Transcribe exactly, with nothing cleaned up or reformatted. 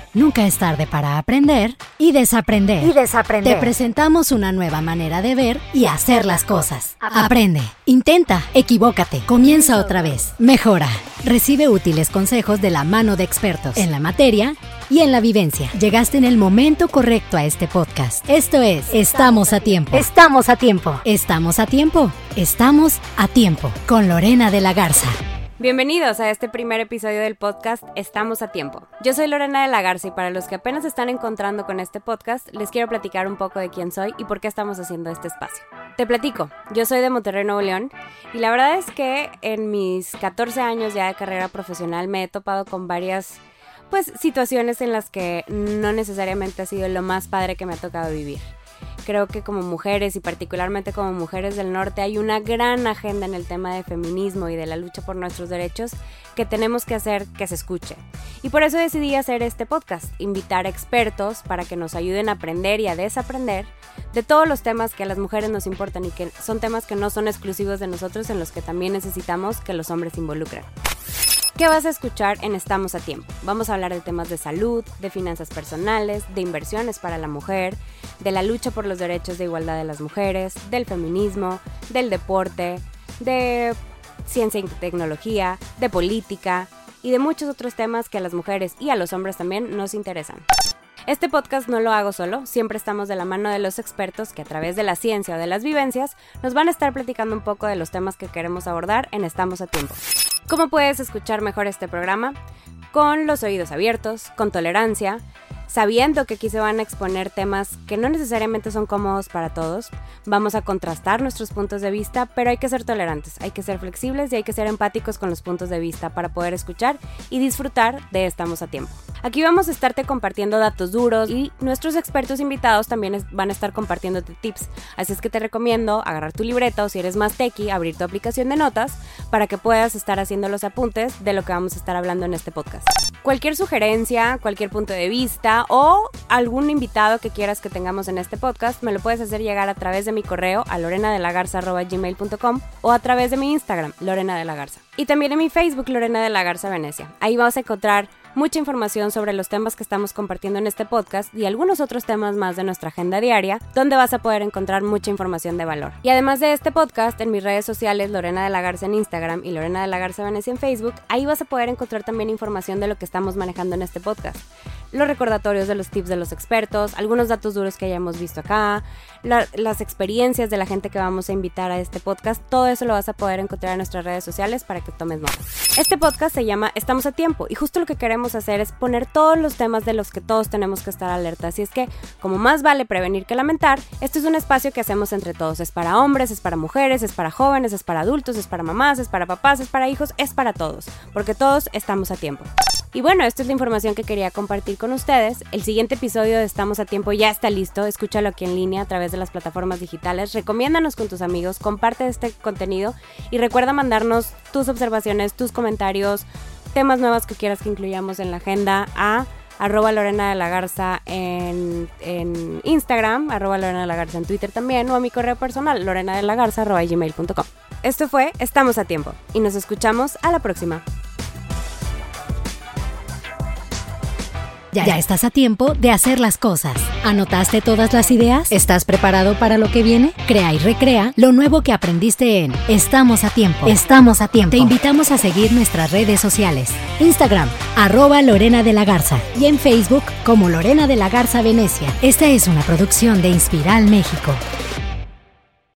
Nunca es tarde para aprender y desaprender. Y desaprender. Te presentamos una nueva manera de ver y hacer las cosas. Aprende, intenta, equivócate, comienza otra vez, mejora. Recibe útiles consejos de la mano de expertos en la materia y en la vivencia. Llegaste en el momento correcto a este podcast. Esto es Estamos a Tiempo. Estamos a tiempo. Estamos a tiempo. Estamos a tiempo. Con Lorena de la Garza. Bienvenidos a este primer episodio del podcast Estamos a Tiempo. Yo soy Lorena de la Garza y para los que apenas se están encontrando con este podcast, les quiero platicar un poco de quién soy y por qué estamos haciendo este espacio. Te platico, yo soy de Monterrey, Nuevo León, y la verdad es que en mis catorce años ya de carrera profesional me he topado con varias pues, situaciones en las que no necesariamente ha sido lo más padre que me ha tocado vivir. Creo que como mujeres y particularmente como mujeres del norte hay una gran agenda en el tema de feminismo y de la lucha por nuestros derechos que tenemos que hacer que se escuche. Y por eso decidí hacer este podcast, invitar expertos para que nos ayuden a aprender y a desaprender de todos los temas que a las mujeres nos importan y que son temas que no son exclusivos de nosotros, en los que también necesitamos que los hombres se involucren. ¿Qué vas a escuchar en Estamos a Tiempo? Vamos a hablar de temas de salud, de finanzas personales, de inversiones para la mujer, de la lucha por los derechos de igualdad de las mujeres, del feminismo, del deporte, de ciencia y tecnología, de política y de muchos otros temas que a las mujeres y a los hombres también nos interesan. Este podcast no lo hago solo, siempre estamos de la mano de los expertos que a través de la ciencia o de las vivencias nos van a estar platicando un poco de los temas que queremos abordar en Estamos a Tiempo. ¿Cómo puedes escuchar mejor este programa? Con los oídos abiertos, con tolerancia, sabiendo que aquí se van a exponer temas que no necesariamente son cómodos para todos. Vamos a contrastar nuestros puntos de vista, pero hay que ser tolerantes, hay que ser flexibles y hay que ser empáticos con los puntos de vista para poder escuchar y disfrutar de Estamos a Tiempo. Aquí vamos a estarte compartiendo datos duros y nuestros expertos invitados también es, van a estar compartiéndote tips. Así es que te recomiendo agarrar tu libreta o si eres más techie, abrir tu aplicación de notas para que puedas estar haciendo los apuntes de lo que vamos a estar hablando en este podcast. Cualquier sugerencia, cualquier punto de vista o algún invitado que quieras que tengamos en este podcast, me lo puedes hacer llegar a través de mi correo a lorenadelagarza arroba gmail punto com o a través de mi Instagram, Lorena de la Garza. Y también en mi Facebook, Lorena de la Garza Venecia. Ahí vas a encontrar mucha información sobre los temas que estamos compartiendo en este podcast y algunos otros temas más de nuestra agenda diaria, donde vas a poder encontrar mucha información de valor. Y además de este podcast, en mis redes sociales, Lorena de la Garza en Instagram y Lorena de la Garza Venecia en Facebook, ahí vas a poder encontrar también información de lo que estamos manejando en este podcast. Los recordatorios de los tips de los expertos, algunos datos duros que hayamos visto acá, la, las experiencias de la gente que vamos a invitar a este podcast, todo eso lo vas a poder encontrar en nuestras redes sociales para que tomes nota. Este podcast se llama Estamos a Tiempo y justo lo que queremos hacer es poner todos los temas de los que todos tenemos que estar alerta. Así es que, como más vale prevenir que lamentar, esto es un espacio que hacemos entre todos. Es para hombres, es para mujeres, es para jóvenes, es para adultos, es para mamás, es para papás, es para hijos, es para todos, porque todos estamos a tiempo. Y bueno, esta es la información que quería compartir con ustedes. El siguiente episodio de Estamos a Tiempo ya está listo. Escúchalo aquí en línea a través de las plataformas digitales. Recomiéndanos con tus amigos, comparte este contenido y recuerda mandarnos tus observaciones, tus comentarios, temas nuevos que quieras que incluyamos en la agenda a arroba Lorena de la Garza en, en Instagram, arroba Lorena de la Garza en Twitter también, o a mi correo personal, lorenadelagarza arroba gmail punto com. Esto fue Estamos a Tiempo y nos escuchamos a la próxima. Ya, ya estás a tiempo de hacer las cosas. ¿Anotaste todas las ideas? ¿Estás preparado para lo que viene? Crea y recrea lo nuevo que aprendiste en Estamos a Tiempo. Estamos a Tiempo. Te invitamos a seguir nuestras redes sociales. Instagram, arroba Lorena de la Garza. Y en Facebook como Lorena de la Garza Venecia. Esta es una producción de Inspiral México.